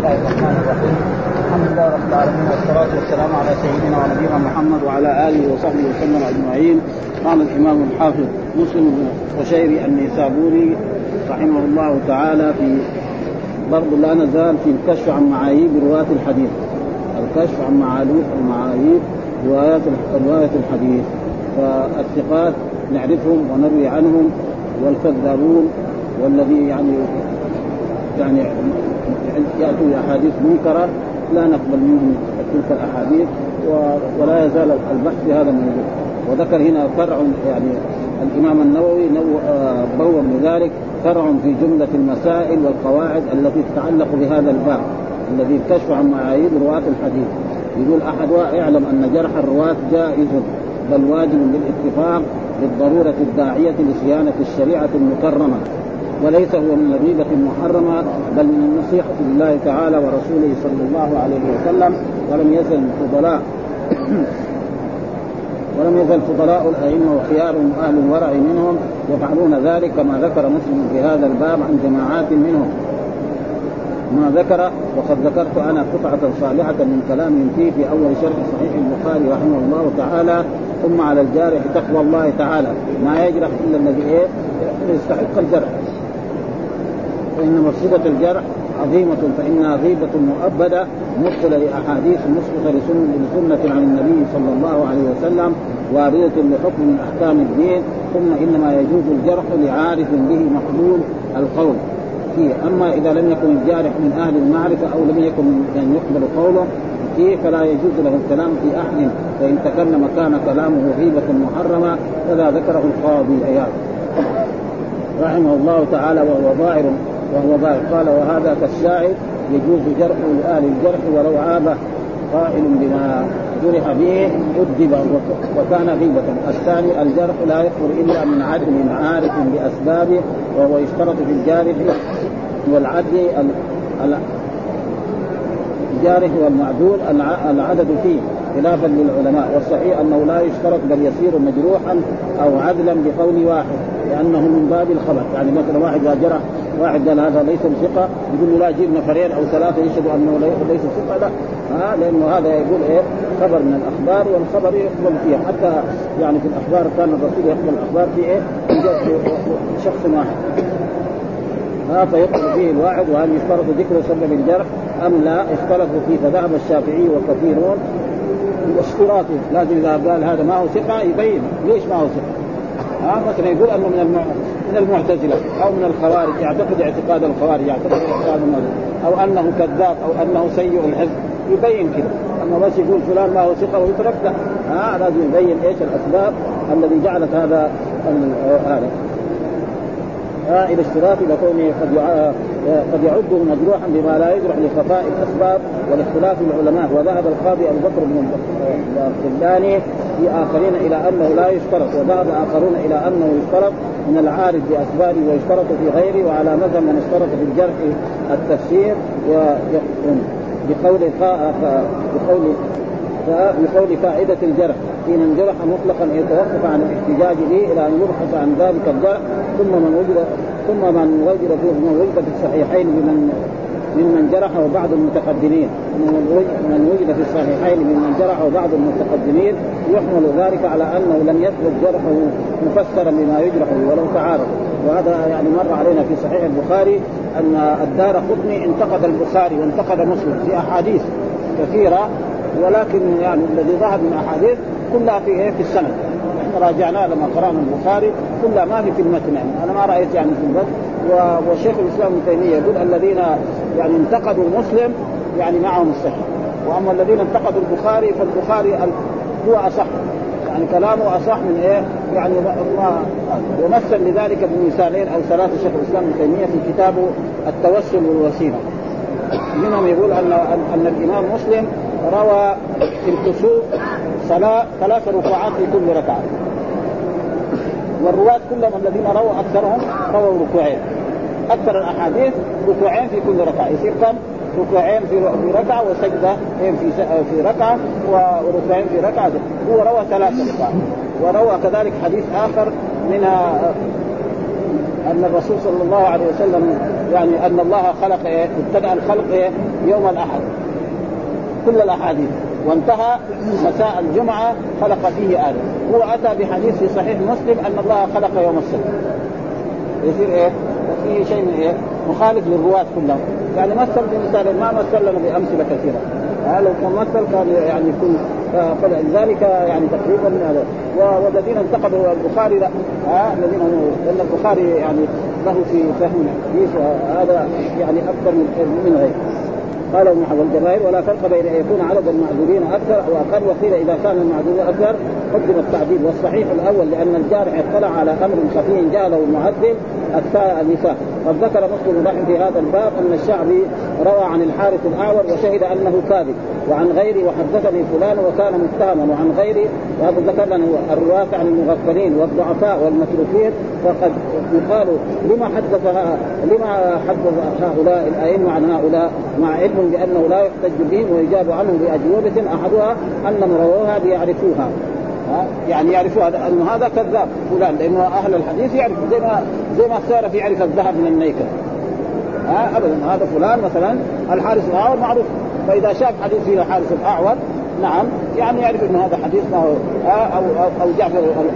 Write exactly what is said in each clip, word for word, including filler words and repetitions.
الله الرحمن الرحيم. الحمد لله رب العالمين والصلاة والسلام على سيدنا ونبينا محمد وعلى آله وصحبه وسلم أجمعين. قال الإمام الحافظ مسلم بن القشيري النيسابوري رحمه الله تعالى في برضو لا نزال في الكشف عن معاييب رواة الحديث، الكشف عن معاييب روايات رواية الحديث. فالثقات نعرفهم ونروي عنهم، والكذابون والذي يعني يعني يأتوا أحاديث منكرة لا نقبل منهم تلك الأحاديث، ولا يزال البحث بهذا الموضوع. وذكر هنا فرع، يعني الإمام النووي بوّر لذلك فرع في جملة المسائل والقواعد التي تتعلق بهذا الباب الذي كشف عن معايير رواة الحديث. يقول أحد يعلم أن جرح الرواة جائز بل واجب بالاتفاق بالضرورة الداعية لصيانة الشريعة المكرمة، وليس هو من الغيبة المحرمة بل من النصيحة لله تعالى ورسوله صلى الله عليه وسلم. ولم يزل الفضلاء ولم يزل فضلاء الأئمة وخيارهم أهل الورع منهم يفعلون ذلك، كما ذكر مسلم في هذا الباب عن جماعات منهم ما ذكر. وقد ذكرت أنا قطعة صالحة من كلامهم فيه في أول شرح صحيح البخاري رحمه الله تعالى. ثم على الجارح تقوى الله تعالى، ما يجرح إلا الذي إيه يستحق الجرح، فإن مفسدة الجرح عظيمة، فإنها غيبة مؤبدة مرسلة لأحاديث مسقطة لسنة عن النبي صلى الله عليه وسلم واردة لحكم من أحكام الدين. ثم إنما يجوز الجرح لعارف به مقبول القول فيه. أما إذا لم يكن الجارح من أهل المعرفة أو لم يكن يعني يقبل قوله فيه فلا يجوز له الكلام في أحد، فإن تكلم كان كلامه غيبة محرمة، كذا ذكره القاضي عياض رحمه الله تعالى وهو ظاهر وهو ظاهر. قال وهذا كالشاعر يجوز جرح لآل الجرح ولو عاب قائل بما جرح به أدب وكان غيبة. الثاني الجرح لا يكفر إلا من عدل عارف بأسبابه، وهو يشترط في الجارح والعدل الجارح والمعدول العدد فيه خلافا للعلماء. والصحيح أنه لا يشترط بل يصير مجروحا أو عدلا بقول واحد لأنه من باب الخبر. يعني مثلا واحد إذا جرح واحد قال هذا ليس ثقة، يقول له لا جيب نفرين أو ثلاثة يشهدوا أنه ليس ثقة، لا ها، لأنه هذا يقول إيه خبر من الأخبار، والخبر يقبل فيها. حتى يعني في الأخبار كان الرسول يقبل الأخبار في إيه شخص واحد، ها، فيقبل فيه الواحد. وهل يشترط ذكر سبب الجرح أم لا؟ اختلفوا فيه، فذهب الشافعي وكثيرون باشتراطه، لازم إذا قال هذا ما هو ثقة يبين ليش ما هو ثقة. ها، مثلا يقول أنه من المع... من المعتزلة أو من الخوارج، يعتقد اعتقاد الخوارج، يعتقد اعتقاد النظر، أو أنه كذاب أو أنه سيء الحفظ، يبين كده. أما بس يقول فلان ما هو ثقة ويترك، لا، ها، لازم يبين إيش الأسباب الذي جعلت هذا هذا ها إلى اشتراط لكونه قد قد يعده مجروحا بما لا يجرح لخفاء الأسباب والاختلاف العلماء. وذهب القاضي أبو بكر بن الخلاني في آخرين إلى أنه لا يشترط، وذهب آخرون إلى أنه يشترط من العارف بأسبابه ويشترط في غيره. وعلى مذهب من اشترط في الجرح التفسير بقول بقول بقول فائدة الجرح حين انجرح مطلقا يتوقف عن الاحتجاج به إلى أن يبحث عن ذلك الجرح. ثم من وجد ثم من وجد فيه من وجد في الصحيحين بمن ممن جرحه بعض المتقدمين من وجد في الصحيحين ممن جرحه بعض المتقدمين يحمل ذلك على أنه لم يثبت جرحه مفسرا بما يجرح ولو تعارض. وهذا يعني مر علينا في صحيح البخاري أن الدارقطني انتقد البخاري وانتقد مسلم في أحاديث كثيرة، ولكن يعني الذي ظهر من أحاديث كلها في إيه في السند. احنا راجعنا لما قرأنا البخاري كلها ما في في المتن، يعني أنا ما رأيت يعني في المتن. والشيخ الإسلام ابن تيمية يقول الذين يعني انتقدوا مسلم يعني معهم الصحة، وأما الذين انتقدوا البخاري فالبخاري هو أصح، يعني كلامه أصح من إيه يعني ما. ومثل لذلك بمثالين أو ثلاثة شيخ الإسلام ابن تيمية في كتابه التوسل والوسيلة. منهم يقول أن أن الإمام مسلم روى في الكسوف صلاة ثلاث ركوعات في كل ركعة، والرواة كلهم الذين رووا أكثرهم رووا ركوعين. أكثر الأحاديث ركوعين في كل ركعة، يصير كم؟ ركوعين في ركعة وسجدة في في ركعة وركوعين في ركعة. هو روى ثلاث ركعات. وروى كذلك حديث آخر منها أن الرسول صلى الله عليه وسلم يعني أن الله خلق ابتدأ الخلق يوم الأحد كل الأحاديث، وانتهى مساء الجمعة خلق فيه آدم. هو أتى بحديث في صحيح مسلم أن الله خلق يوم السبت، يصير إيه فيه شيء من إيه مخالف للرواة كلهم. يعني مثل بمثال ما مثل لنا بأمثلة كثيرة، لو كان مثل كان يعني يكون فلذلك يعني تقريبا هذا. والذين انتقدوا البخاري لا ها الذين لأن البخاري يعني له في فهم الحديث وهذا يعني أكثر من غيره. قال ابن حزم الجماهير ولا فرق بين أن يكون عدد المعذورين أكثر أو أقل، وقيل إذا كان المعذور أكثر قدم التعديل، والصحيح الأول لأن الجارح اطلع على أمر خفي جعله المعدل النساء. قد ذكر مسلم رحمه في هذا الباب أن الشعبي روى عن الحارث الأعور وشهد أنه كاذب وعن غيره وحدثني فلان وكان متهما وعن غيره، وهذا ذكر لنا الرواة عن المغفلين والضعفاء والمتروكين. فقد يقال لما حدث لما حدث هؤلاء الأئمة عن هؤلاء مع علم بأنه لا يحتج بهم ويجاب عنه بأجوبة أحدها أن رووها بيعرفوها، يعني يعرفوا أن هذا كذاب فلان، لأنه أهل الحديث يعرف زي ما زي ما السارة يعرف الذهب من النيكل. ها أبدا هذا فلان مثلا الحارث الأعور معروف، فإذا شاف حديث فيه الحارث الأعور نعم يعني يعرف أن هذا حديث ما هو أو أو أو جعفر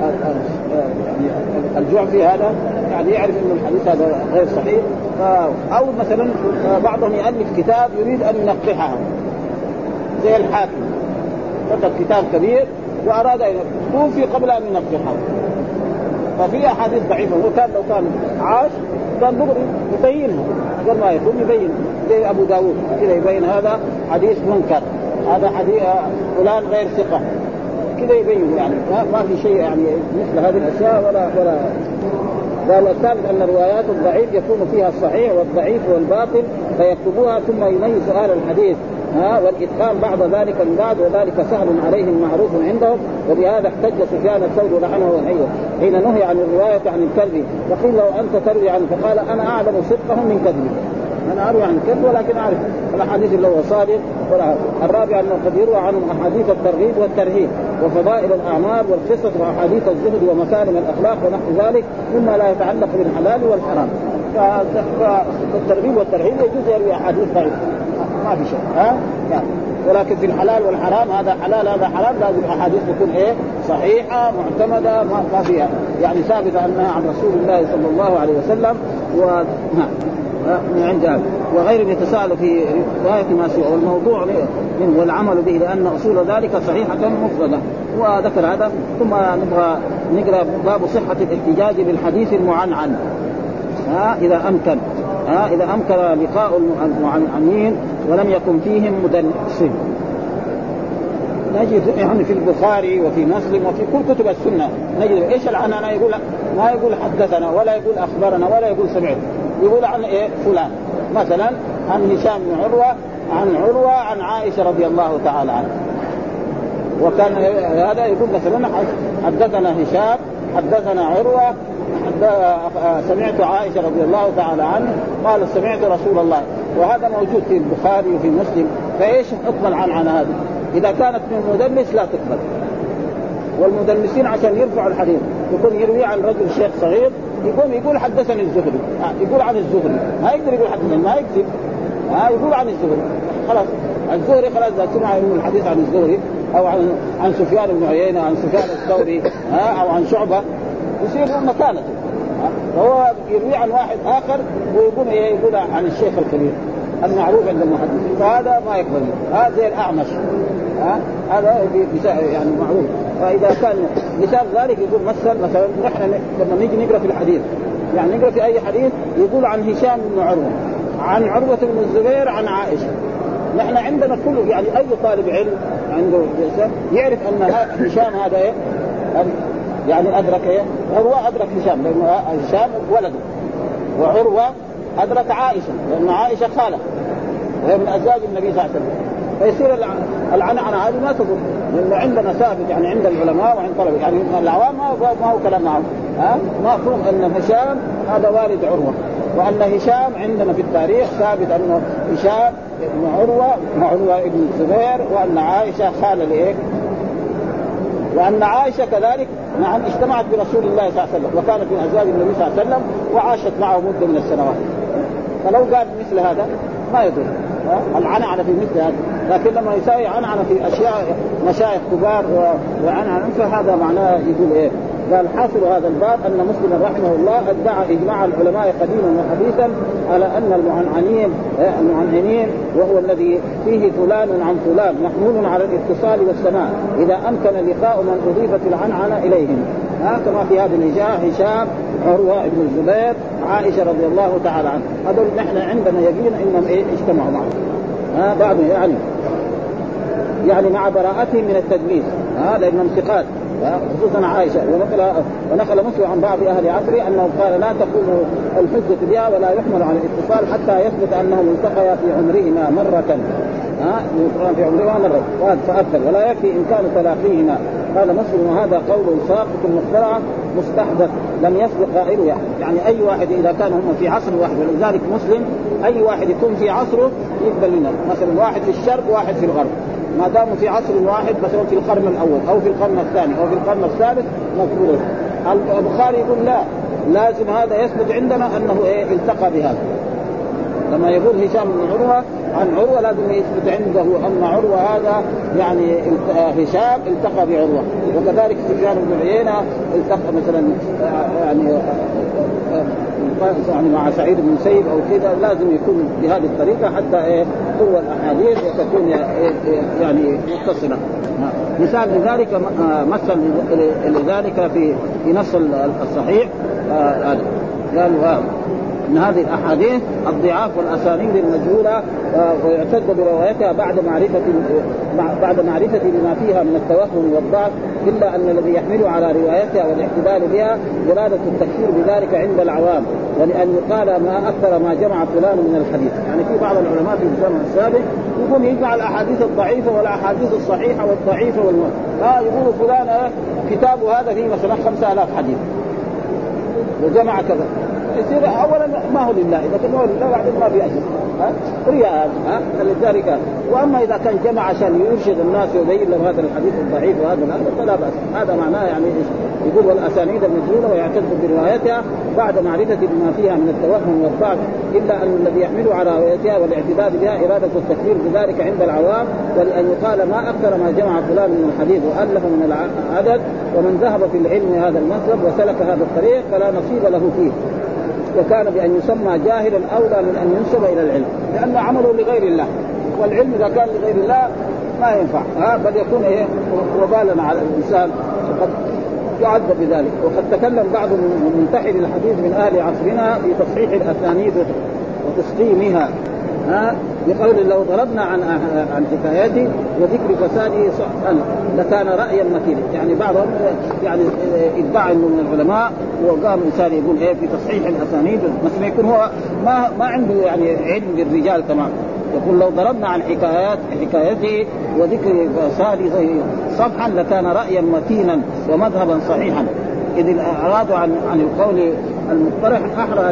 الجعفي هذا يعني يعرف أن الحديث هذا غير صحيح. أو مثلا بعضهم يألف كتاب يريد أن ينقحه زي الحاكم كتب كتاب كبير وأراد أن توفي قبل أن ينقحه، ففي أحاديث ضعيفة. وكان لو كان عاش كان دغري يبينها قبل ما يكون يبين زي أبو داود كذا يبين هذا حديث منكر، هذا حديث فلان غير ثقة كذا يبين، يعني ما في شيء يعني مثل هذه الأشياء ولا ولا قال الثالث أن الروايات الضعيف يكون فيها الصحيح والضعيف والباطل فيكتبوها ثم يميز أهل الحديث ها والإتقان بعد ذلك من بعد، وذلك سهل عليهم معروف عندهم. وبهذا احتج سفيان الثوري رحمه الله حين نهي عن الرواية عن الكذب، فقيل له أنت تروي عنه، فقال أنا أعلم صدقهم من كذبه، أنا أروي عن الكذب ولكن أعرف الأحاديث اللي هو صادق. الرابع أنه قد يروى عنهم أحاديث الترغيب والترهيب وفضائل الأعمال والقصص وأحاديث الزهد ومكارم الأخلاق ونحو ذلك مما لا يتعلق بالحلال والحرام. فالترغيب والترهيب يجوز يروي أحاديث ضعيفة ما في شيء ها يعني، ولكن في الحلال والحرام هذا حلال هذا حرام لازم الاحاديث تكون ايه صحيحه معتمده ما فيها يعني ثابته انها عن رسول الله صلى الله عليه وسلم. ونعم من عند هذا وغير يتساءل في روايه ما سوى والموضوع منه والعمل به لان اصول ذلك صحيحه مفرده، وذكر هذا. ثم نبغى نقرا باب صحه الاحتجاج بالحديث المعنعن ها اذا امكن ها إذا أمكن لقاء المعنعنين ولم يكن فيهم مدلسين. نجد يعني في البخاري وفي مسلم وفي كل كتب السنة نجد إيش العنعنة، يقول ما يقول حدثنا ولا يقول أخبرنا ولا يقول سمعت، يقول عن إيه فلان مثلا عن هشام بن عروة عن عروة عن عائشة رضي الله تعالى عنها، وكان هذا يقول مثلا حدثنا هشام حدثنا عروة سمعت عائشة رضي الله تعالى عنها قال سمعت رسول الله، وهذا موجود في البخاري وفي مسلم. فإيش حكم العنعنة هذه؟ إذا كانت من المدلس لا تقبل، والمدلسين عشان يرفعوا الحديث يكون يروي عن رجل شيخ صغير يقوم يقول حدثني الزهري، يقول عن الزهري ما يقدر يقول حدثني ما يكذب ها يقول عن الزهري خلاص الزهري خلاص إذا سمع الحديث عن الزهري أو عن عن سفيان بن عيينة عن سفيان الثوري ها أو عن شعبة يصير مكانته، فهو يروي عن واحد آخر ويقول يقول عن الشيخ الكبير المعروف عند المحدثين، فهذا ما يقبل. هذا زي الأعمش ها هذا يعني معروف. فإذا كان مثال ذلك يقول مثل مثلا نحن لما نيجي نقرأ في الحديث يعني نقرأ في أي حديث يقول عن هشام بن عروة عن عروة بن الزبير عن عائشة، نحن عندنا كله يعني أي طالب علم عنده يعرف أن هشام هذا إيه يعني أدرك إيه عروة أدرك هشام لأن هشام ولده، وعروة أدرك عائشة لأن عائشة خالة وهي من أزواج النبي صلى الله عليه وسلم، فيصير العنعنة هذه ما تضر لأن عندنا ثابت يعني عند العلماء وعند طلبة يعني العوام ما هو كلام معهم ها مفهوم أن هشام هذا والد عروة، وأن هشام عندنا في التاريخ ثابت أنه هشام ابن عروة وعروة ابن الزبير، وأن عائشة خالة لإيه، وأن عائشة كذلك نعم اجتمعت برسول الله صلى الله عليه وسلم وكانت من أزواج النبي صلى الله عليه وسلم وعاشت معه مدة من السنوات. فلو قال مثل هذا ما يضر العنعنة في مثل هذا. لكن لما يساوي عنعنة في أشياء مشايخ كبار وعنعنة فهذا معناه يقول إيه. قال حاصل هذا الباب أن مسلم رحمه الله ادعى إجماع العلماء قديما وحديثا على أن المعنعنين المعنعنين وهو الذي فيه فلان عن فلان محمول على الاتصال والسماع إذا أمكن لقاء من أضيفت العنعنة إليهم. ها كما في هذه الإجاء هشام عروة ابن الزبير عائشة رضي الله تعالى عنها. هذول نحن عندنا يقين إنهم إيه اجتمعوا معه. ها بعد يعني يعني مع براءتهم من التدليس. ها لأنهم ثقات خصوصا عائشة. ونقل ونقل مسلم عن بعض أهل عصره أنه قال لا تقوم الحجة بها ولا يحمل على الاتصال حتى يثبت أنهم التقيا في عمرهما مرة. ها في عمرهما مرة فأكثر ولا يكفي إمكان تلاقيهما. قال مسلم وهذا قول ساقط مخترع مستحدث لم يسبق قائله. يعني. يعني أي واحد إذا كان هم في عصر واحد ولذلك مسلم أي واحد يكون في عصره يقبل لنا. مثلا واحد في الشرق واحد في الغرب ما داموا في عصر واحد مثلا في القرن الأول أو في القرن الثاني أو في القرن الثالث مقبول. البخاري يقول لا لازم هذا يثبت عندنا أنه إيه التقى بهذا. لما يقول هشام بن عروة عن عروة لازم يثبت عنده أن عروة هذا يعني هشام التقى بعروة. وكذلك سفيان بن عيينة التقى مثلا يعني يعني مع سعيد بن سيب أو كذا لازم يكون بهذه الطريقة حتى إيه قوة الأحاديث وتكون يعني متصلة. مثال لذلك مثل لذلك في في نص الصحيح قالوا من هذه الأحاديث الضعاف والأسانيد المجهولة ويعتد بروايتها بعد معرفة بعد معرفة بما فيها من التوهم والضعف إلا أن الذي يحمل على روايتها والاحتمال بها إرادة التكفير بذلك عند العوام ولأن يقال ما أكثر ما جمع فلان من الحديث. يعني في بعض العلماء في الزمن السابق يقول يجمع الأحاديث الضعيفة والأحاديث الصحيحة والضعيفة والموت. لا يقول فلان كتابه هذا فيه مثلا خمسة آلاف حديث وجمع كذا يصير اولا ما هو لله اذا كان هو لله بعدين ما في اجر ها رياء ها فلذلك. واما اذا كان جمع عشان يرشد الناس ويبين لهم هذا الحديث الضعيف وهذا الامر فلا باس. هذا معناه يعني يقول والاسانيد المجهوله ويعتد بروايتها بعد معرفه بما فيها من التوهم والضعف الا ان الذي يحمل على روايتها والاعتداد بها اراده التكفير بذلك عند العوام ولان يقال ما اكثر ما جمع فلان من الحديث والف من العدد ومن ذهب في العلم هذا المسلك وسلك هذا الطريق فلا نصيب له فيه. وكان بأن يسمى جاهلا أولى من أن ينسب إلى العلم لأنه عمله لغير الله والعلم إذا كان لغير الله ما ينفع ها بل يكون إيه وبالا على الإنسان وقد يعذب بذلك. وقد تكلم بعض من منتحل الحديث من أهل عصرنا في تصحيح الأسانيد وتسقيمها ها بقول لو ضربنا عن عن حكايته وذكر فساده صحا لكان رأيا متينا. يعني بعضهم يعني ادعى انه من العلماء وقام انسان يقول ايه في تصحيح الاسانيد مثلا يكون هو ما ما عنده يعني علم بالرجال تمام يقول لو ضربنا عن حكايات حكايته وذكر فساده صفحا لكان رأيا متينا ومذهبا صحيحا. إذ الأعراض عن عن القول المقترح أحرى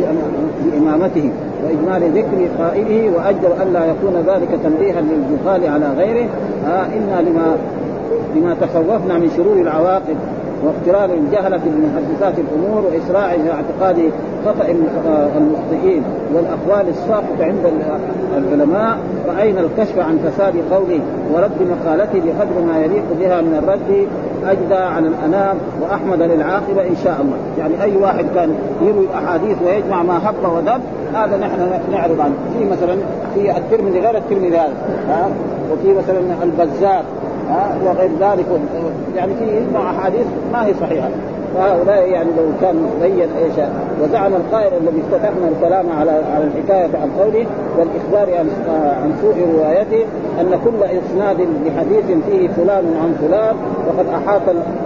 لإمامته وإجمال ذكر قائله وأجر ألا يكون ذلك تنبيها للجهال على غيره. آه إنا لما لما تخوفنا من شرور العواقب واقتران الجهلة بمحدثات الأمور وإسراع اعتقاد خطأ المخطئين والأقوال الساقطة عند العلماء رأينا الكشف عن فساد قوله ورد مقالته بقدر ما يليق بها من الرد أجدى على الأنام وأحمد للعاقبة إن شاء الله. يعني أي واحد كان يروي الأحاديث ويجمع ما هب ودب هذا نحن نعرض عنه. في مثلا في الترمذي غير الترمذي هذا ها وفي مثلا البزار ها وغير ذلك يعني في يجمع أحاديث ما هي صحيحة. فهؤلاء يعني لو كان بين ايش وزعم القائل الذي استفتحنا الكلام على على الحكايه عن قوله والاخبار عن عن سوء روايته ان كل اسناد لحديث فيه فلان عن فلان وقد احاط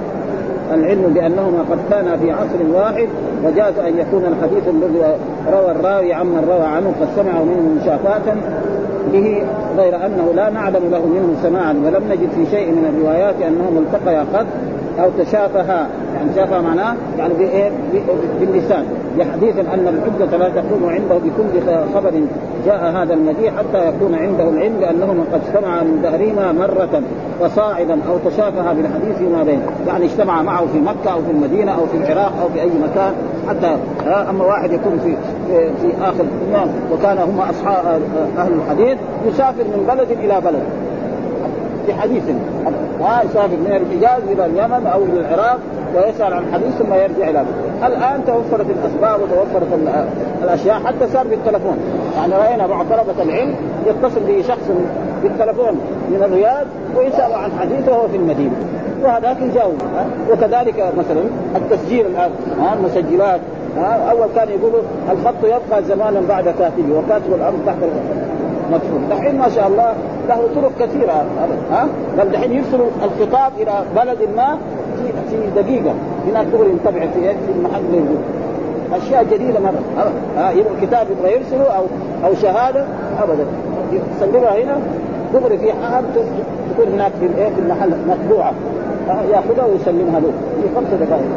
العلم بانهما قد كانا في عصر واحد وجاز ان يكون الحديث الذي روى الراوي عمن روى عنه قد سمعه منه مشافاة به غير انه لا نعلم له منه سماعا ولم نجد في شيء من الروايات انهم التقيا قد او تشافها. يعني شافها معناه يعني باللسان لحديث ان الحجة لا تكون عنده بكل خبر جاء هذا المديح حتى يكون عنده العلم لانهما قد اجتمع من دهرهما مرة وصاعدا او تشافها بالحديث فيما بينه. يعني اجتمع معه في مكة او في المدينة او في العراق او في اي مكان حتى اما واحد يكون في في, في اخر الدنيا وكان هم اصحاب اهل الحديث يسافر من بلد الى بلد في حديث ها يسافر من الحجاز الى اليمن او الى العراق ويسأل عن حديث ثم يرجع الى بلد. الان توفرت الاسباب وتوفرت الاشياء حتى صار بالتلفون. يعني راينا بعض طلبه العلم يتصل به شخص بالتلفون من الرياض ويسأل عن حديث وهو في المدينه وهذاك يجاوب. وكذلك مثلا التسجيل الان المسجلات اول كان يقولوا الخط يبقى زمانا بعد كاتبه وكاتب الامر تحت مدفون. دحين ما شاء الله له طرق كثيره ها بل دحين يرسلوا الخطاب الى بلد ما في في دقيقه هناك دغري ينطبع في في المحل اللي اشياء جديده مره ها يبقى كتاب يبغى يرسله او او شهاده ابدا يسلمها هنا دغري في حال تكون هناك في الايه في المحل مطبوعه ياخذها ويسلمها له في خمس دقائق.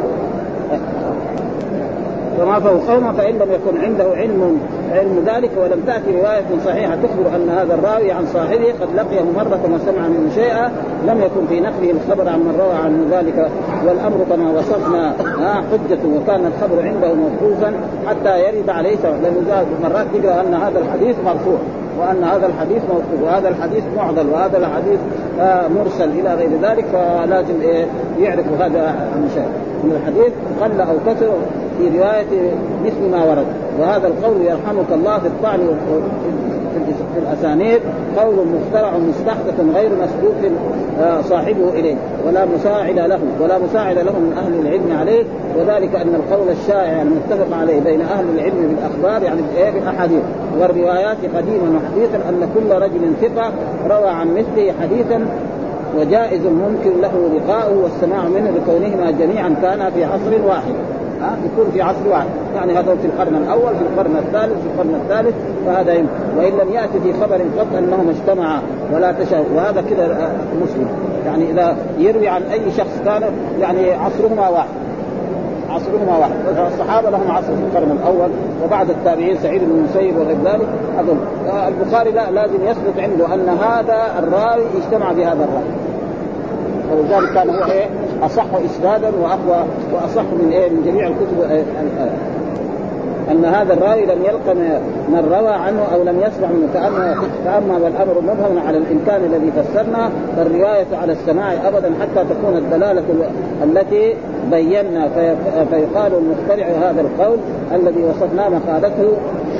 وما فوقهما فإن لم يكن عنده علم علم ذلك ولم تأتي رواية صحيحة تخبر أن هذا الراوي عن صاحبه قد لقيه مرة وسمع منه شيئا لم يكن في نقله الخبر عن من روى عنه ذلك والأمر كما وصفنا حجة وكان الخبر عنده موقوفا حتى يرد عليه لأنه مرات تقرأ أن هذا الحديث مرفوع وأن هذا الحديث موقوف وهذا الحديث معضل وهذا الحديث مرسل إلى غير ذلك فلازم يعرف هذا المشاهد من الحديث قل أو كثر في رواية مثل ما ورد. وهذا القول يرحمك الله في الطعن في الأسانيد قول مخترع مستحدث غير مسبوق صاحبه إليه ولا مساعد له ولا مساعد له من أهل العلم عليه وذلك أن القول الشائع المتفق عليه بين أهل العلم بالأخبار يعني بالأحاديث والروايات قديما وحديثا أن كل رجل ثقة روى عن مثله حديثا وجائز ممكن له لقاؤه والسماع منه لكونهما جميعا كان في عصر واحد ها يكون في عصر واحد يعني هذا في القرن الأول في القرن الثالث في القرن الثالث فهذا يمكن وإن لم يأتي في خبر قط أنهم اجتمعا ولا تشاء وهذا كذا مسلم يعني إذا يروي عن أي شخص كان يعني عصرهما واحد عصرهما واحد الصحابة لهم عصر في القرن الأول وبعد التابعين سعيد بن المسيب وغير ذلك أظن البخاري لا لازم يثبت عنده أن هذا الراوي اجتمع بهذا الراوي ولذلك كان هو إيه أصح إسنادا وأقوى وأصح من إيه من جميع الكتب إيه أن هذا الراوي لم يلقى من روى عنه أو لم يسمع منه فأما والأمر مبهم على الإمكان الذي فسرنا فالرواية على السماع أبدا حتى تكون الدلالة التي بينا فيقال المخترع هذا القول الذي وصفنا مقالته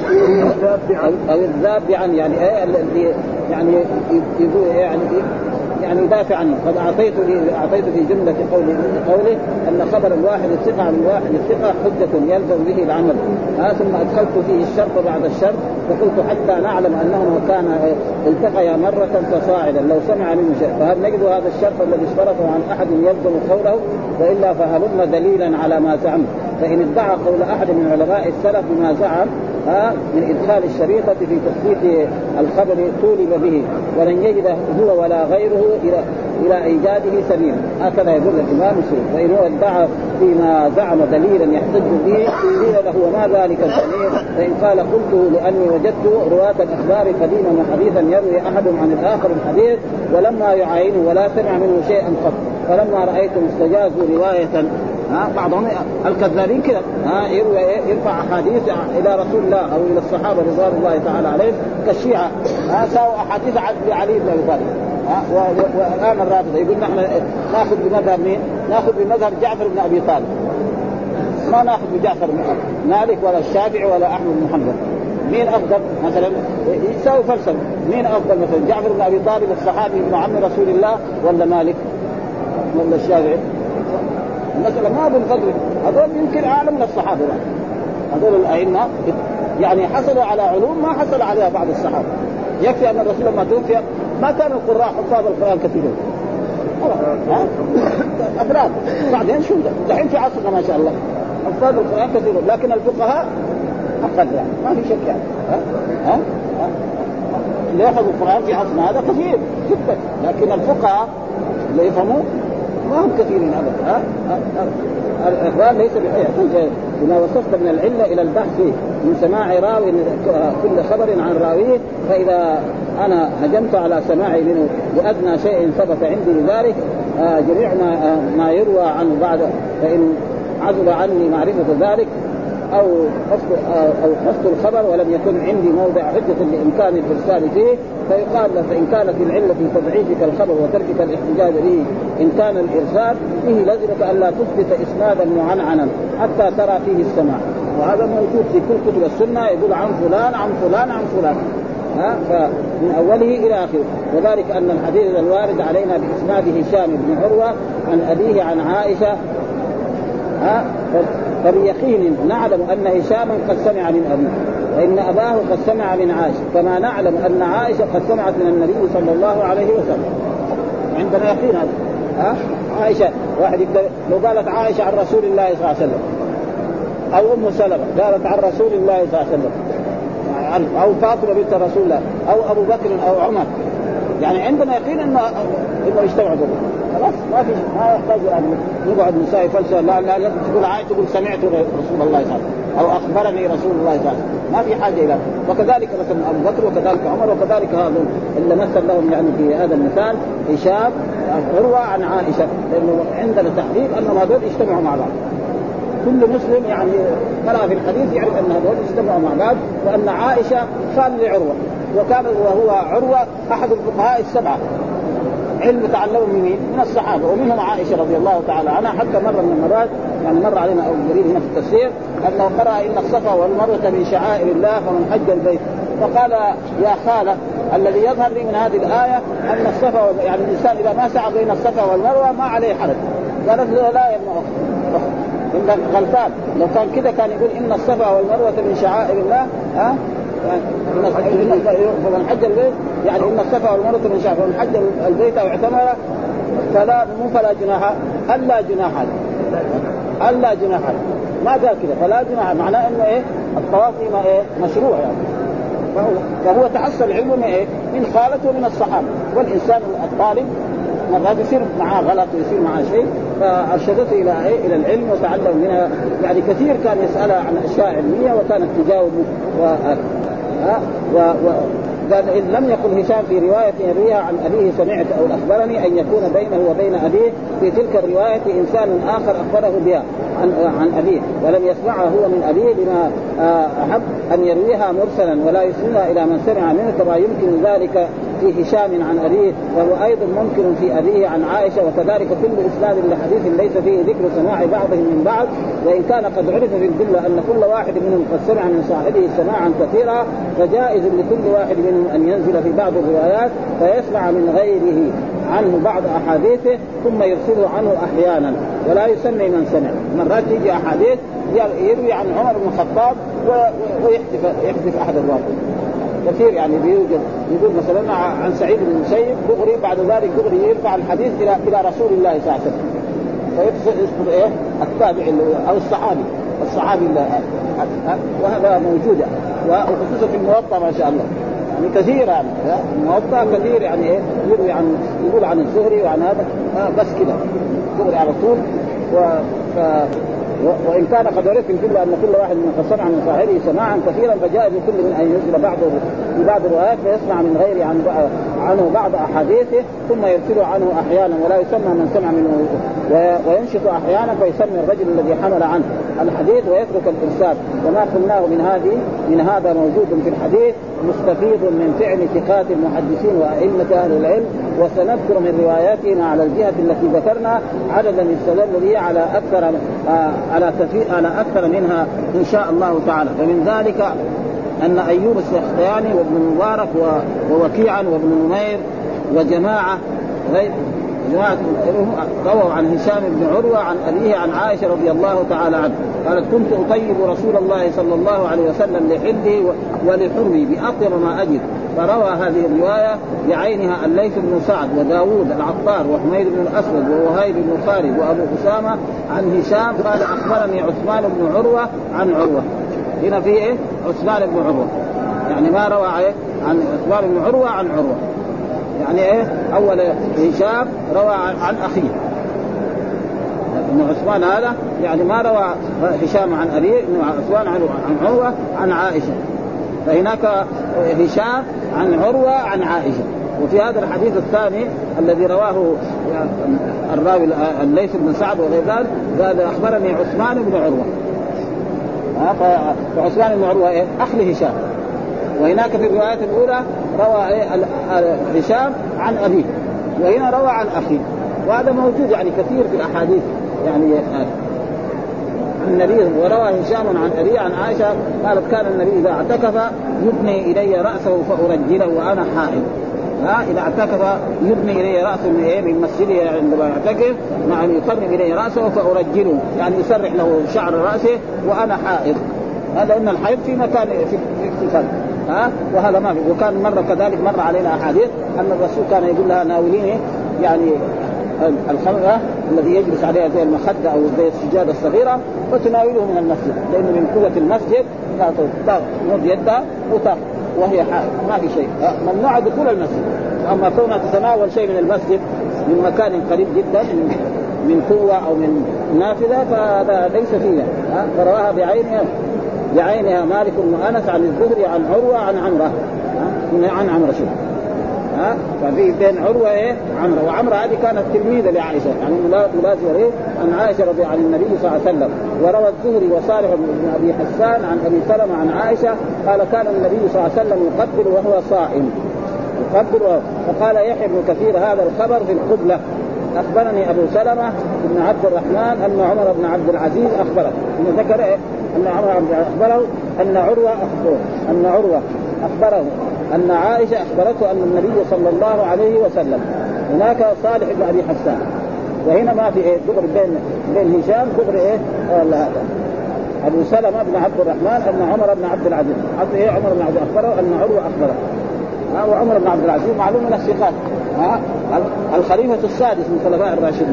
أو الذاب عن يعني إيه الذي يعني يقول يعني يعني يدافع عنه قد أعطيت أعطيت في جملة قوله قوله أن خبر الواحد الثقة عن الواحد الثقة حجة يلزم به العمل ها ثم أدخلت فيه الشرط بعد الشرط فقلت حتى نعلم أنه كان التقيا مرة فصاعدا لو سمع منه شيء فهل نجد هذا الشرط الذي اشترطه عن أحد يلزم قوله وإلا فهلم دليلا على ما زعم فإن ادعى قول أحد من علماء السلف بما زعم ها من إدخال الشريطة في تثبيت الخبر طولب به ولن يجد هو ولا غيره إلى إلى إيجاده سبيلا هكذا يقول الإمام مسلم فإن هو ادعى فيما زعم دليلا يحتج به قيل له وما ذلك الدليل فإن قال قلته لأني وجدت رواة الأخبار قديما وحديثا يروي أحد عن الآخر الحديث ولما يعاينه ولا سمع منه شيئا قط فلما رأيتم استجازوا رواية ها بعضهم الكذابين كذا ها يروي يرفع احاديث الى رسول الله او الى الصحابه رضوان الله تعالى عليهم كالشيعه ها ساووا احاديث عن علي بن ابي طالب ها والان الرافضه يقول نحن ناخذ بمذهب مين؟ ناخذ بمذهب جعفر بن ابي طالب ما ناخذ بجعفر بن مالك ولا الشافعي ولا احمد بن حنبل مين افضل مثلا يساوي فلسفه مين افضل مثلا جعفر بن ابي طالب الصحابي ابن عم رسول الله ولا مالك ولا الشافعي مثلا ما بنفضل هذول يمكن اعلى من الصحابه هذول الائمه يعني حصلوا على علوم ما حصل عليها بعض الصحابه يكفي ان الرسول لما توفي ما كان القراء حفاظ القران كثيرون افراد بعدين شو ده الحين في عصرنا ما شاء الله حفاظ القران كثيرون لكن الفقهاء اقل يعني ما في شك يعني ها ها اللي يحفظوا القران في عصرنا هذا كثير جدا لكن الفقهاء اللي يفهموا ما هم كثيرين أبدا ها الإخبار ليس بحيث بما وصفت من العلة إلى البحث من سماع راوي كل خبر عن راويه فإذا أنا هجمت على سماعي منه بأدنى شيء ثبت عندي لذلك جميع ما, ما يروى عنه بعد فإن عزل عني معرفة ذلك أو حفظ أو حفظ الخبر ولم يكن عندي موضع حجة لإمكان الإرسال فيه فيقال له فإن كانت العلة في تضعيفك الخبر وتركك الاحتجاج به إن كان الإرسال فيه لازمك ألا تثبت إسنادا معنعنا حتى ترى فيه السماع. وهذا موجود في كل كتب السنة يقول عن فلان عن فلان عن فلان ها فمن أوله إلى آخره. وذلك أن الحديث الوارد علينا بإسناد هشام بن عروة عن أبيه عن عائشة ها فبيقين نعلم أن هشاما قد سمع من أبيه وإن أباه قد سمع من عائشة كما نعلم أن عائشة قد سمعت من النبي صلى الله عليه وسلم. عندنا يقين هذا ها عائشة واحد لو قالت عائشة عن رسول الله صلى الله عليه وسلم أو أم سلمة قالت عن رسول الله صلى الله عليه وسلم أو فاطمة بنت رسول الله أو أبو بكر أو عمر يعني عندنا يقين إنه إنه يجتمعوا خلاص ما في ما يحتاج أن نقعد نساوي فلسفة لا لا لا تقول عائشة تقول سمعت رسول الله صلى الله عليه وسلم أو أخبرني رسول الله صلى الله عليه وسلم ما في حاجة إلى. وكذلك مثلا أبو بكر وكذلك عمر وكذلك هذا اللي مثل لهم يعني في هذا المثال هشام عروة عن عائشة لأنه عندنا تحديد أنهم هذول يجتمعوا مع بعض. كل مسلم يعني قرأ في الحديث يعرف أن هذول يجتمعوا مع بعض وأن عائشة خال لعروة وكان وهو عروة أحد الفقهاء السبعة علم تعلموا من من الصحابة ومنهم عائشة رضي الله تعالى عنها. حتى مرة من المرات يعني مر علينا أو جرير هنا في التفسير أنه قرأ إن الصفا والمروة من شعائر الله فمن حج البيت فقال يا خالة الذي يظهر لي من هذه الآية أن الصفا يعني الإنسان إذا ما سعى بين الصفا والمروة ما عليه حرج. قالت لا يا ابن أخت إن غلطان لو كان كده كان يقول إن الصفا والمروة من شعائر الله ها فمن حج البيت يعني إن الصفا والمروة من شعائر فمن حج البيت أو اعتمر فلا مو فلا جناح ألا جناح ألا جناح ما قال كده فلا جناح معناه إنه إيه الطواف ما إيه مشروع يعني فهو, فهو تحصل العلم من إيه من خالته ومن الصحابة. والإنسان الطالب مرات يصير معاه غلط ويصير معاه شيء فأرشدته إلى إيه إلى العلم وتعلم منها. يعني كثير كان يسألها عن أشياء علمية وكانت تجاوب و ها و, و... قال إن لم يقل هشام في رواية يرويها عن أبيه سمعت أو أخبرني أن يكون بينه وبين أبيه في تلك الرواية إنسان آخر أخبره بها عن, عن أبيه ولم يسمعها هو من أبيه بما أحب أن يرويها مرسلا ولا يسلمها إلى من سمع منه كما يمكن ذلك في هشام عن أبيه وهو أيضا ممكن في أبيه عن عائشة. وكذلك كل إسناد لحديث ليس فيه ذكر سماع بعضهم من بعض وإن كان قد عرف في الجملة أن كل واحد منهم قد سمع من صاحبه سماعا كثيرا فجائز لكل واحد منهم أن ينزل في بعض الروايات فيسمع من غيره عنه بعض أحاديثه ثم يرسله عنه أحيانا ولا يسمي من سمع. مرات يجي أحاديث يروي عن عمر بن الخطاب ويحذف يحذف أحد الرواة كثير يعني بيوجد يقول مثلا عن سعيد بن المسيب دغري بعد ذلك دغري يرفع الحديث إلى إلى رسول الله صلى الله عليه وسلم فيقصد إيه التابع أو الصحابي الصحابي وهذا موجود وخصوصا في الموطأ ما شاء الله يعني كثير يعني الموطأ كثير يعني إيه يروي عن يقول عن الزهري وعن هذا بس كده دغري على طول و ف وإن كان قد عرف في الجملة أن كل واحد من قد سمع من صاحبه سماعا كثيرا فجائز لكل من أن ينزل بعضه في بعض الروايات فيسمع من غيره عن عنه بعض أحاديثه ثم يرسل عنه أحيانا ولا يسمى من سمع منه وينشط أحيانا فيسمي الرجل الذي حمل عنه الحديث ويترك الإرسال. وما قلناه من هذه من هذا موجود في الحديث مستفيض من فعل ثقات المحدثين وأئمة أهل العلم وسنذكر من رواياتنا على الجهة التي ذكرنا عددا يستدل به على أكثر آه على كثير على أكثر منها إن شاء الله تعالى. ومن ذلك أن أيوب السختياني وابن مبارك ووكيعا وابن نمير وجماعة غير جماعة رووا عن هشام بن عروة عن أبيه عن عائشة رضي الله تعالى عنه قالت كنت أطيب رسول الله صلى الله عليه وسلم لحله ولحرمي بأطيب ما أجد. فروى هذه الرواية بعينها الليث بن سعد وداود العطار وحميد بن الأسود ووهيب بن خالد وأبو أسامة عن هشام قال أخبرني عثمان بن عروة عن عروة. هنا في إيه عثمان بن عروة يعني ما روى عن عثمان بن عروة عن عروة يعني إيه أول هشام روى عن أخيه إنه عثمان هذا يعني ما روى هشام عن أبيه إنه عثمان عن عروة عن عائشة. فهناك هشام عن عروة عن عائشة. وفي هذا الحديث الثاني الذي رواه الراوي الليث بن سعد وغير ذلك قال أخبرني عثمان بن عروة فعثمان بن عروة إيه؟ أخ لهشام. وهناك في الروايات الأولى روى إيه؟ هشام عن أبيه، وهنا روى عن أخيه، وهذا موجود يعني كثير في الأحاديث يعني عن النبي. وروى هشام عن أبيه عن عائشة قالت كان النبي إذا اعتكف يبني إلي رأسه فأرجله وأنا حائض. ها إذا اعتكف يبني إلي رأسه من إيه من مسجده عندما يعتكف، مع أن يقرب إلي رأسه فأرجله، يعني يسرح له شعر رأسه وأنا حائض. هذا إن الحيض في مكان في اكتفال، ها وهذا ما في. وكان مرة كذلك مر علينا أحاديث أن الرسول كان يقول لها ناوليني يعني الخمرة الذي يجلس عليها زي المخدة أو زي السجادة الصغيرة وتناوله من المسجد، لأنه من قوة المسجد تمد يدها وتأخذ وهي حائض ما في شيء، ممنوع دخول المسجد. أما كونها تتناول شيء من المسجد من مكان قريب جدا من قوة أو من نافذة فهذا ليس فيها. فرواها بعينها بعينها مالك بن أنس عن الزهري عن عروة عن عمرة عن عمرة شو ها ففي بين عروة إيه عمرة. وعمرة هذه كانت تلميذة لعائشة يعني ملازمة إيه عن عائشة رضي عن النبي صلى الله عليه وسلم. وروى الزهري وصالح بن أبي حسان عن أبي سلمة عن عائشة قال كان النبي صلى الله عليه وسلم يقبل وهو صائم يقبل وهو. فقال يحيى بن كثير هذا الخبر في القبلة. أخبرني أبو سلمة بن عبد الرحمن أن عمر بن عبد العزيز أخبره إنه ذكر إيه أن عمر بن أخبره أن عروة أخبره أن عروة أخبره أن عائشة أخبرته أن النبي صلى الله عليه وسلم. هناك صالح بن أبي حسان، وهنا ما في إيه دغر بين بين هشام دغر إيه ولا هذا. أبو سلمة بن عبد الرحمن أن عمر بن عبد العزيز عبد إيه عمر بن عبد أخبره أن عروة أخبره. ها وعمر بن عبد العزيز معلوم من الثقات، ها الخليفة السادس من خلفاء الراشدين،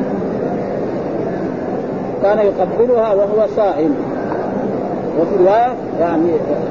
كان يقبلها وهو صائم. وفي رواية يعني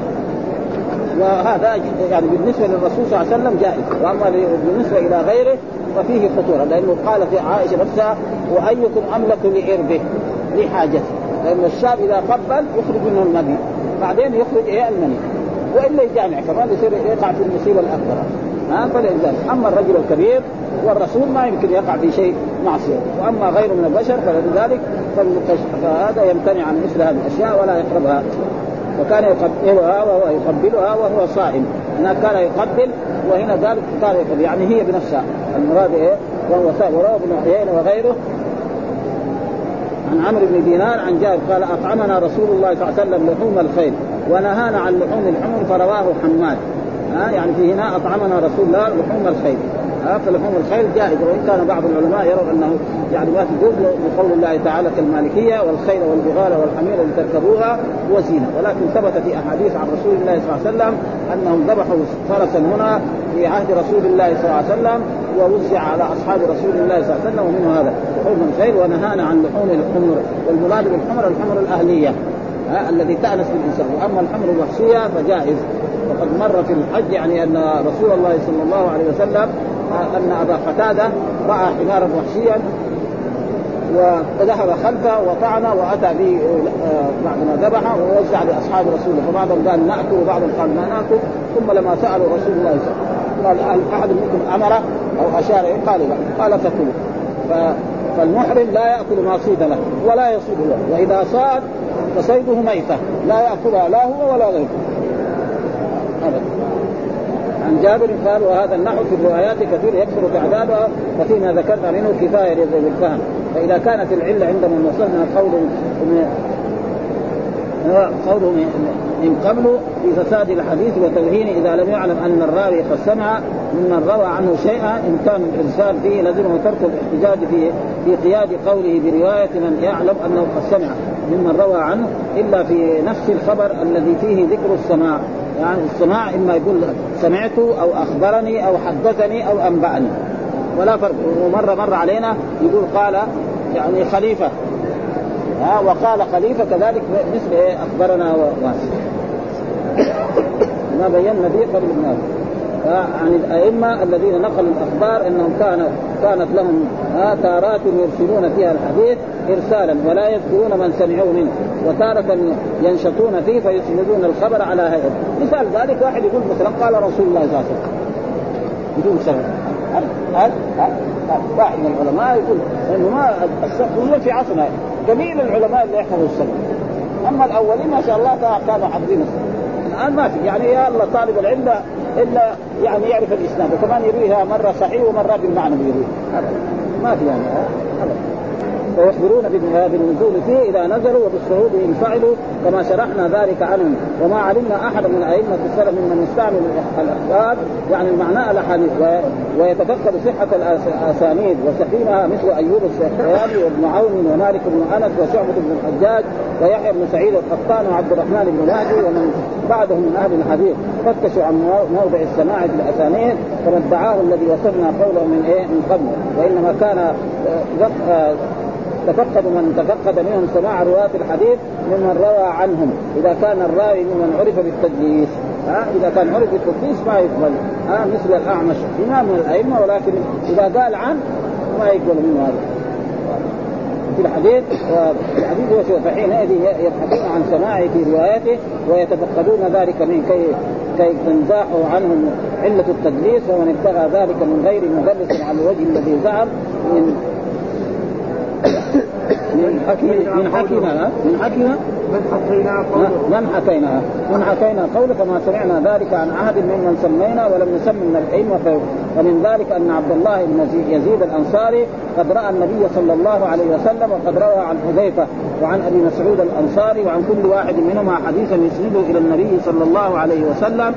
وهذا يعني بالنسبة للرسول صلى الله عليه وسلم جائز، وأما بالنسبة إلى غيره ففيه خطورة، لأنه قال في عائشة نفسها وأيكم أملك لإربه لحاجته، لأن الشاب إذا قبل يخرج منه المني بعدين يخرج إيه المني، وإلا يجامع كمان يصير يقع في المصيبة الأكبر. ها فلذلك أما الرجل الكبير والرسول ما يمكن يقع في شيء معصية، وأما غيره من البشر فلذلك فهذا يمتنع عن مثل هذه الأشياء ولا يقربها. وكان يقبلها وهو يقبلها وهو صائم. هنا كان يقبل وهنا ذلك كان يقبل يعني هي بنفسها المراد إيه وهو صائم. وروى ابن عيينة وغيره عن عمرو بن دينار عن جابر قال أطعمنا رسول الله صلى الله عليه وسلم لحوم الخيل ونهانا عن لحوم الحمر فرواه حماد. ها يعني في هنا أطعمنا رسول الله لحوم الخيل. ها فلحوم الخيل جائز، وإن كان بعض العلماء يرون أنه يعني ما تجوز بقول الله تعالى كالمالكية والخيل والبغال والحمير لتركبوها وزينة، ولكن ثبت في أحاديث عن رسول الله صلى الله عليه وسلم أنهم ذبحوا فرسا هنا في عهد رسول الله صلى الله عليه وسلم ووزع على أصحاب رسول الله صلى الله عليه وسلم، ومنه هذا لحوم الخيل. ونهانا عن لحوم الحمر، والمراد بالحمر الحمر الأهلية ها الذي تأنس بالإنسان، وأما الحمر الوحشية فجائز. وقد مر في الحج يعني أن رسول الله صلى الله عليه وسلم أن أبا قتادة رأى حمارا وحشيا وذهب خلفه وطعنه وأتى به بعد ما ذبحه ووزع لأصحاب رسوله، فبعضهم قال نأكل وبعضهم قال ما نأكل. ثم لما سألوا رسول الله صلى الله عليه وسلم قال أحد منكم أمر أو أشار إيه؟ قال لا، قال فكلوا. فالمحرم لا يأكل ما صيد له ولا يصيد له، وإذا صاد فصيده ميتة لا يأكلها لا هو ولا غيره أبدا. عن جابر قال وهذا النحو في الروايات كثير يكثر تعدادها، وفيما ذكرنا منه كفاية للفهم. فإذا كانت العلة عندما وصلنا قوله قوله من قبل في فساد الحديث وتوهينه إذا لم يعلم أن الراوي قد سمع ممن روى عنه شيئا إن كان الإرسال فيه لازمه ترك الاحتجاج في في قياد قوله برواية من يعلم أنه قد سمع ممن روى عنه إلا في نفس الخبر الذي فيه ذكر السماع. يعني السماع إما يقول سمعت أو أخبرني أو حدثني أو أنبأني ولا فرق. ومرة مر علينا يقول قال يعني خليفة ها وقال خليفة كذلك مثل إيه أخبرنا وواسع ما بينا به قبل الناس. عن الأئمة الذين نقلوا الأخبار أنهم كان كانت لهم تارات يرسلون فيها الحديث إرسالا ولا يذكرون من سمعوا منه، وتارة ينشطون فيه فيسندون الخبر على هيئة. مثال ذلك واحد يقول مثلا قال رسول الله صلى الله عليه وسلم بدون سبب. واحد من العلماء يقول انه ما السبب في عصرنا جميل العلماء اللي يحفظوا السبب اما الاولين ما شاء الله كانوا حافظين السنه. الان ما في يعني يا الله طالب العلم الا يعني يعرف الاسناد وكمان يرويها مره صحيح ومره بالمعنى يرويها ما في يعني أبدا. ويخبرون بالنزول فيه إذا نزلوا وبالصعود إن فعلوا كما شرحنا ذلك عنهم. وما علمنا أحد من أئمة السلف ممن يستعمل الأخبار يعني المعنى الأحاديث ويتفقد صحة الأسانيد وسقيمها مثل أيوب السختياني وابن عون ومالك بن أنس وشعبة بن الحجاج ويحيى بن سعيد القطان وعبد الرحمن بن مهدي ومن بعدهم من أهل الحديث فتشوا عن موضع السماع في الأسانيد فما ادعاه الذي وصفنا قوله من إيه من قبل. وإنما كان تفقد من تفقد منهم سماع رواة الحديث ممن روى عنهم إذا كان الراوي ممن عرف بالتدليس. ها إذا كان عرف بالتدليس ما يقبل ها مثل الأعمش إمام من الأئمة ولكن إذا قال عن ما يقبل منه هذا في الحديث. والحديث هو شيء فحينئذ يبحثون عن سماعه في روايته ويتفقدون ذلك من كي كي تنزاحوا عنهم علة التدليس. ومن ابتغى ذلك من غير مدلس على الوجه الذي زعم من من حكي من حكينا من حكينا من حكينا قوله من حكينا من حكينا قوله فما سمعنا ذلك عن أحد ممن سمينا ولم نسم من الأئمة. ومن ذلك أن عبد الله بن يزيد الأنصاري قد رأى النبي صلى الله عليه وسلم وقد روى عن حذيفة وعن أبي مسعود الأنصاري وعن كل واحد منهما حديثا يسنده إلى النبي صلى الله عليه وسلم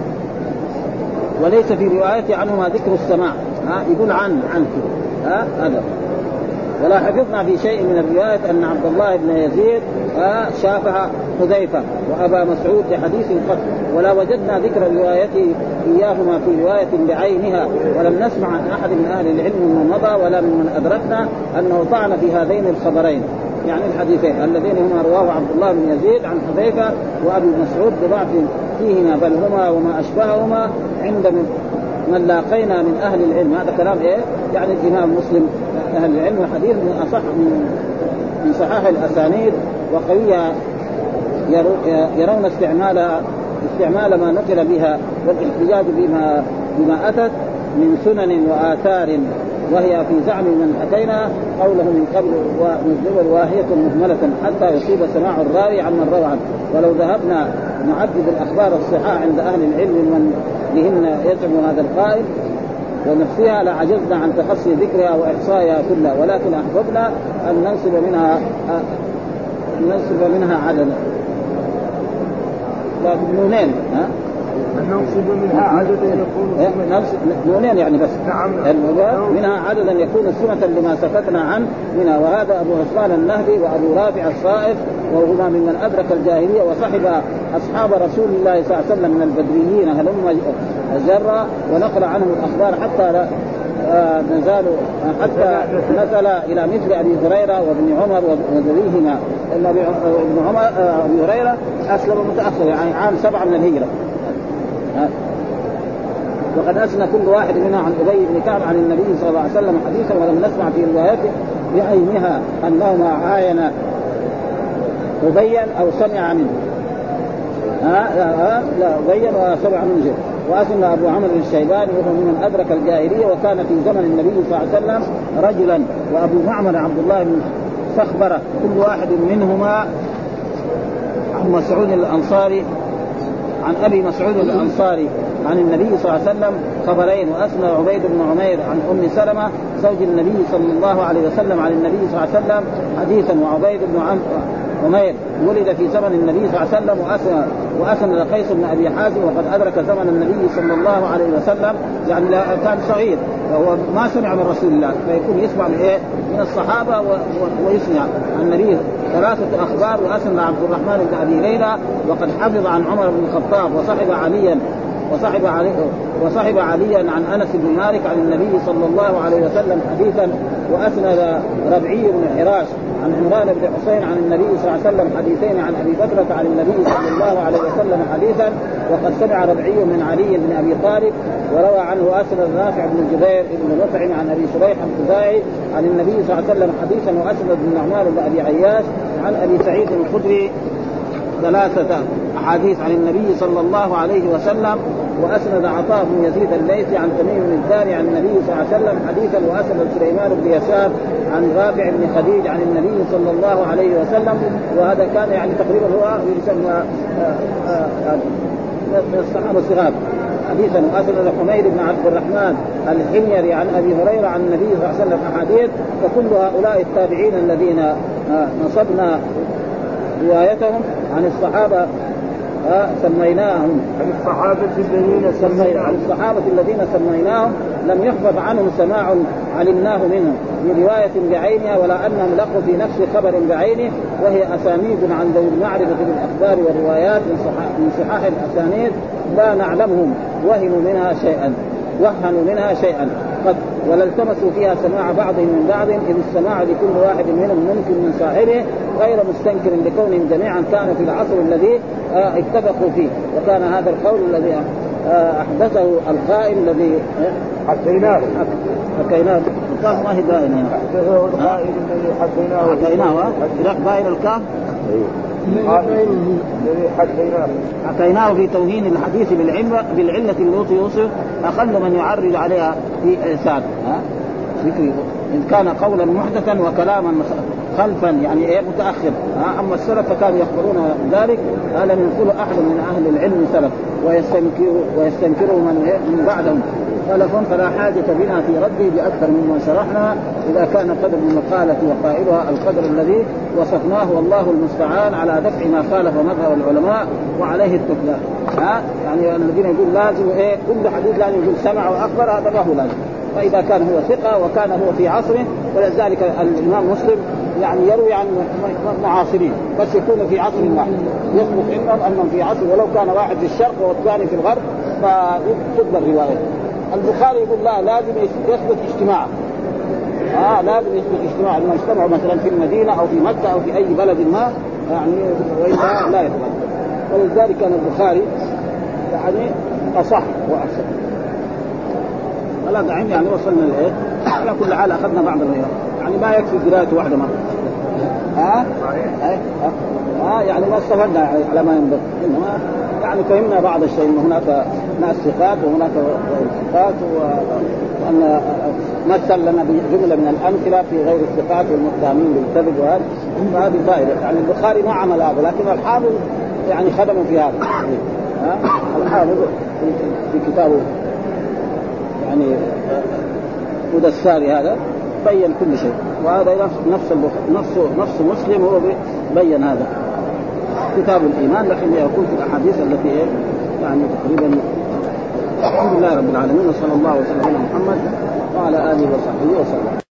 وليس في روايته عنهما ذكر السماع. ها يقول عن عن ها هذا. ولا حفظنا في شيء من الرواية أن عبد الله بن يزيد شافع حذيفة وأبا مسعود لحديث قط ولا وجدنا ذكر روايته إياهما في رواية بعينها ولم نسمع عن أحد من أهل العلم من مضى ولا ممن أدركنا أنه طعن في هذين الخبرين يعني الحديثين اللذين هما رواه عبد الله بن يزيد عن حذيفة وأبي مسعود بضعف فيهما بل هما وما أشبههما عند من لاقينا من أهل العلم. هذا كلام إيه يعني الإمام مسلم أهل العلم الحديث من أصح من من صحاح الأسانيد وقوية يرون استعمال استعمال ما نقل بها والاحتجاج بما بما أتت من سنن وآثار وهي في زعم من أتينا قوله من قبل ونزل واهية مهملة حتى يصيب سماع الراوي عمن روى عنه. ولو ذهبنا نعدد الأخبار الصحاح عند أهل العلم من بهن يزعم هذا القائل ونفسها لعجزنا عن تخصي ذكرها وإحصائها كلها ولكن أحببنا أن ننصب منها ننصب منها عددا نونين ها ننصب منها عددا يكون نونين يعني بس نعم منها عددا يكون سمة لما سكتنا عنه منها. وهذا أبو عثمان النهدي وأبو رافع الصائف وهما ممن أدرك الجاهلية وصحب أصحاب رسول الله صلى الله عليه وسلم من البدريين هلم جرى ونقل عنهم الأخبار حتى نزالوا حتى نزل إلى مثل أبي هريرة وابن عمر وذريهما. ابن عمر أبي هريرة أسلم متأخر يعني عام سبعة من الهجرة وقد أسنى كل واحد منها عن أبي بن كعب عن النبي صلى الله عليه وسلم حديثا ولم نسمع في روايته بعينها أنهما عاين مبين أو سمع منه. ها لا لا بين وسمع منه. وأسمى أبو عمرو الشيباني وهو من أدرك الجاهلية وكان في زمن النبي صلى الله عليه وسلم رجلا وأبو معمر عبد الله بن صخبرة كل واحد منهما عن مسعود الأنصاري عن أبي مسعود الأنصاري عن النبي صلى الله عليه وسلم خبرين. وأسمى عبيد بن عمير عن أم سلمة زوج النبي صلى الله عليه وسلم عن النبي صلى الله عليه وسلم حديثا. وعبيد بن عمير ولد في زمن النبي صلى الله عليه وسلم. وأسمى وأسمى قيس بن أبي حازم وقد أدرك زمن النبي صلى الله عليه وسلم يعني كان صغير وهو ما سمع من رسول الله فيكون يسمع من إيه من الصحابة ويسمع عن النبي ثلاثة أخبار. وأسمى عبد الرحمن بن أبي ليلى وقد حفظ عن عمر بن الخطاب وصحب عليا وصحب علي وصحب عليا عن أنس بن مالك عن النبي صلى الله عليه وسلم حديثا. وأسند ربعي بن حراش عن عمران بن حسين عن النبي صلى الله عليه وسلم حديثين عن أبي بكرة عن النبي صلى الله عليه وسلم حديثا. وقد سمع ربعي من علي بن أبي طالب وروى عنه أسند نافع بن جبير بن مطعم عن أبي شريح الخزاعي عن النبي صلى الله عليه وسلم حديثا. وأسند بن نعمان بن أبي عياش عن أبي سعيد الخدري ثلاثة أحاديث عن النبي صلى الله عليه وسلم. وأسند عطاء بن يزيد الليثي عن تميم بن الداري عن النبي صلى الله عليه وسلم حديثا. وأسند سليمان بن يسار عن رافع بن خديج عن النبي صلى الله عليه وسلم. وهذا كان يعني تقريبا هو يسمى من الصحابة الصغار حديثا. وأسند حميد بن عبد الرحمن الحميري عن أبي هريرة عن النبي صلى الله عليه وسلم أحاديث. فكل هؤلاء التابعين الذين نصبنا روايتهم عن الصحابة سميناهم عن الصحابة الذين سمينا عن الصحابة الذين سميناهم لم يحفظ عنهم سماع علمناه منهم برواية بعينها ولا أنهم لقوا في نفس خبر بعينه، وهي أسانيد عن ذوي المعرفة بالأخبار والروايات من صحاح الأسانيد لا نعلمهم وهموا منها شيئا وهنوا منها شيئا قد ولا التمسوا فيها سماع بعضهم من بعض، إذ السماع لكل واحد منهم ممكن من صاحبه غير مستنكر لكونهم جميعا كانوا في العصر الذي آه اتفقوا فيه. وكان هذا القول الذي آه أحدثه القائل الذي حكيناه حكيناه الكاف ما هي باين هنا حدثه القائل الذي حكيناه حكيناه لا باين الكاف الذي حكيناه حكيناه في توهين الحديث بالعلة بالعلة التي يوصف أقل من يعرض عليها في إحسان إن كان قولا محدثا وكلاما خلفا يعني إيه متأخر. أما السلف فكانوا يخبرون ذلك لم ينقل أحد من أهل العلم سلف ويستنكر ويستنكره من من بعدهم سلف، فلا حاجة بنا في رده بأكثر مما شرحنا إذا كان قدر المقالة وقائلها القدر الذي وصفناه، والله المستعان على دفع ما خالف مذهب العلماء وعليه التكلى. ها يعني الذين يقول لازم إيه كل حديث لازم يقول سمع وأخبر هذا ما هو لازم، فإذا كان هو ثقة وكان هو في عصره. ولذلك الإمام مسلم يعني يروي عن معاصرين بس يكون في عصر واحد، يثبت إنهم أنهم في عصر ولو كان واحد في الشرق والثاني في الغرب فتقبل الرواية. البخاري يقول لا لازم يثبت اجتماع آه لازم يثبت اجتماع انه يجتمعوا مثلا في المدينة أو في مكة أو في أي بلد ما يعني وإلا لا يثبت. ولذلك كان البخاري يعني أصح وأحسن. هذا يعني وصلنا لإيه؟ على كل حال أخذنا بعض الروايات يعني ما يكفي قراءة واحدة مرة. ها؟ ها؟ ها؟ يعني ما استفدنا على ما ينبغي، إنما يعني فهمنا بعض الشيء إن هناك ناس ثقات وهناك ثقات، وأن مثل لنا بجملة من الأمثلة في غير الثقات والمتهمين بالكذب وهذا، فهذه فائدة. يعني البخاري ما عمل هذا لكن الحافظ يعني خدمه في هذا. ها؟ الحافظ في كتابه يعني مدساري هذا بين كل شيء، وهذا نفس نفس نفس مسلم هو بين هذا كتاب الإيمان، لكن يكون في الأحاديث التي يعني تقريبا. الحمد لله رب العالمين وصلى الله وسلم على محمد وعلى آله وصحبه وسلم.